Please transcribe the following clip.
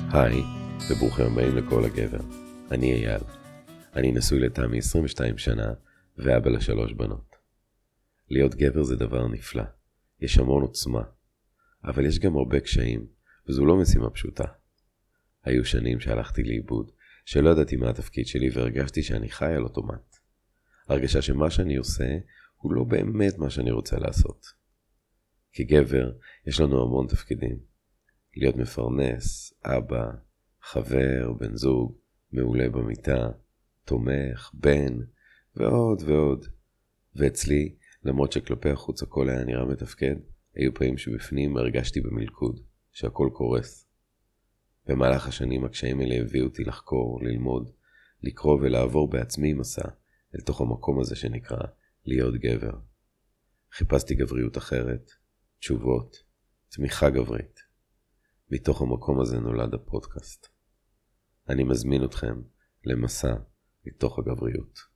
היי, וברוכים הבאים לכל הגבר. אני אייל. אני נשוי לתמי 22 שנה, ואבא ל3 בנות. להיות גבר זה דבר נפלא. יש המון עוצמה. אבל יש גם הרבה קשיים, וזו לא משימה פשוטה. היו שנים שהלכתי לאיבוד, שלא ידעתי מה התפקיד שלי, והרגשתי שאני חי על אוטומט. הרגשה שמה שאני עושה, הוא לא באמת מה שאני רוצה לעשות. כגבר, יש לנו המון תפקידים. להיות מפרנס, אבא, חבר, בן זוג, מעולה במיטה, תומך, בן, ועוד ועוד. ואצלי, למרות שכלפי החוץ הכל היה נראה מתפקד, היו פעמים שבפנים הרגשתי במלכוד, שהכל קורס. במהלך השנים הקשיים האלה הביאו אותי לחקור, ללמוד, לקרוא ולעבור בעצמי מסע אל תוך המקום הזה שנקרא להיות גבר. חיפשתי גבריות אחרת, תשובות, תמיכה גברית. מתוך המקום הזה נולד הפודקאסט. אני מזמין אתכם למסע מתוך הגבריות.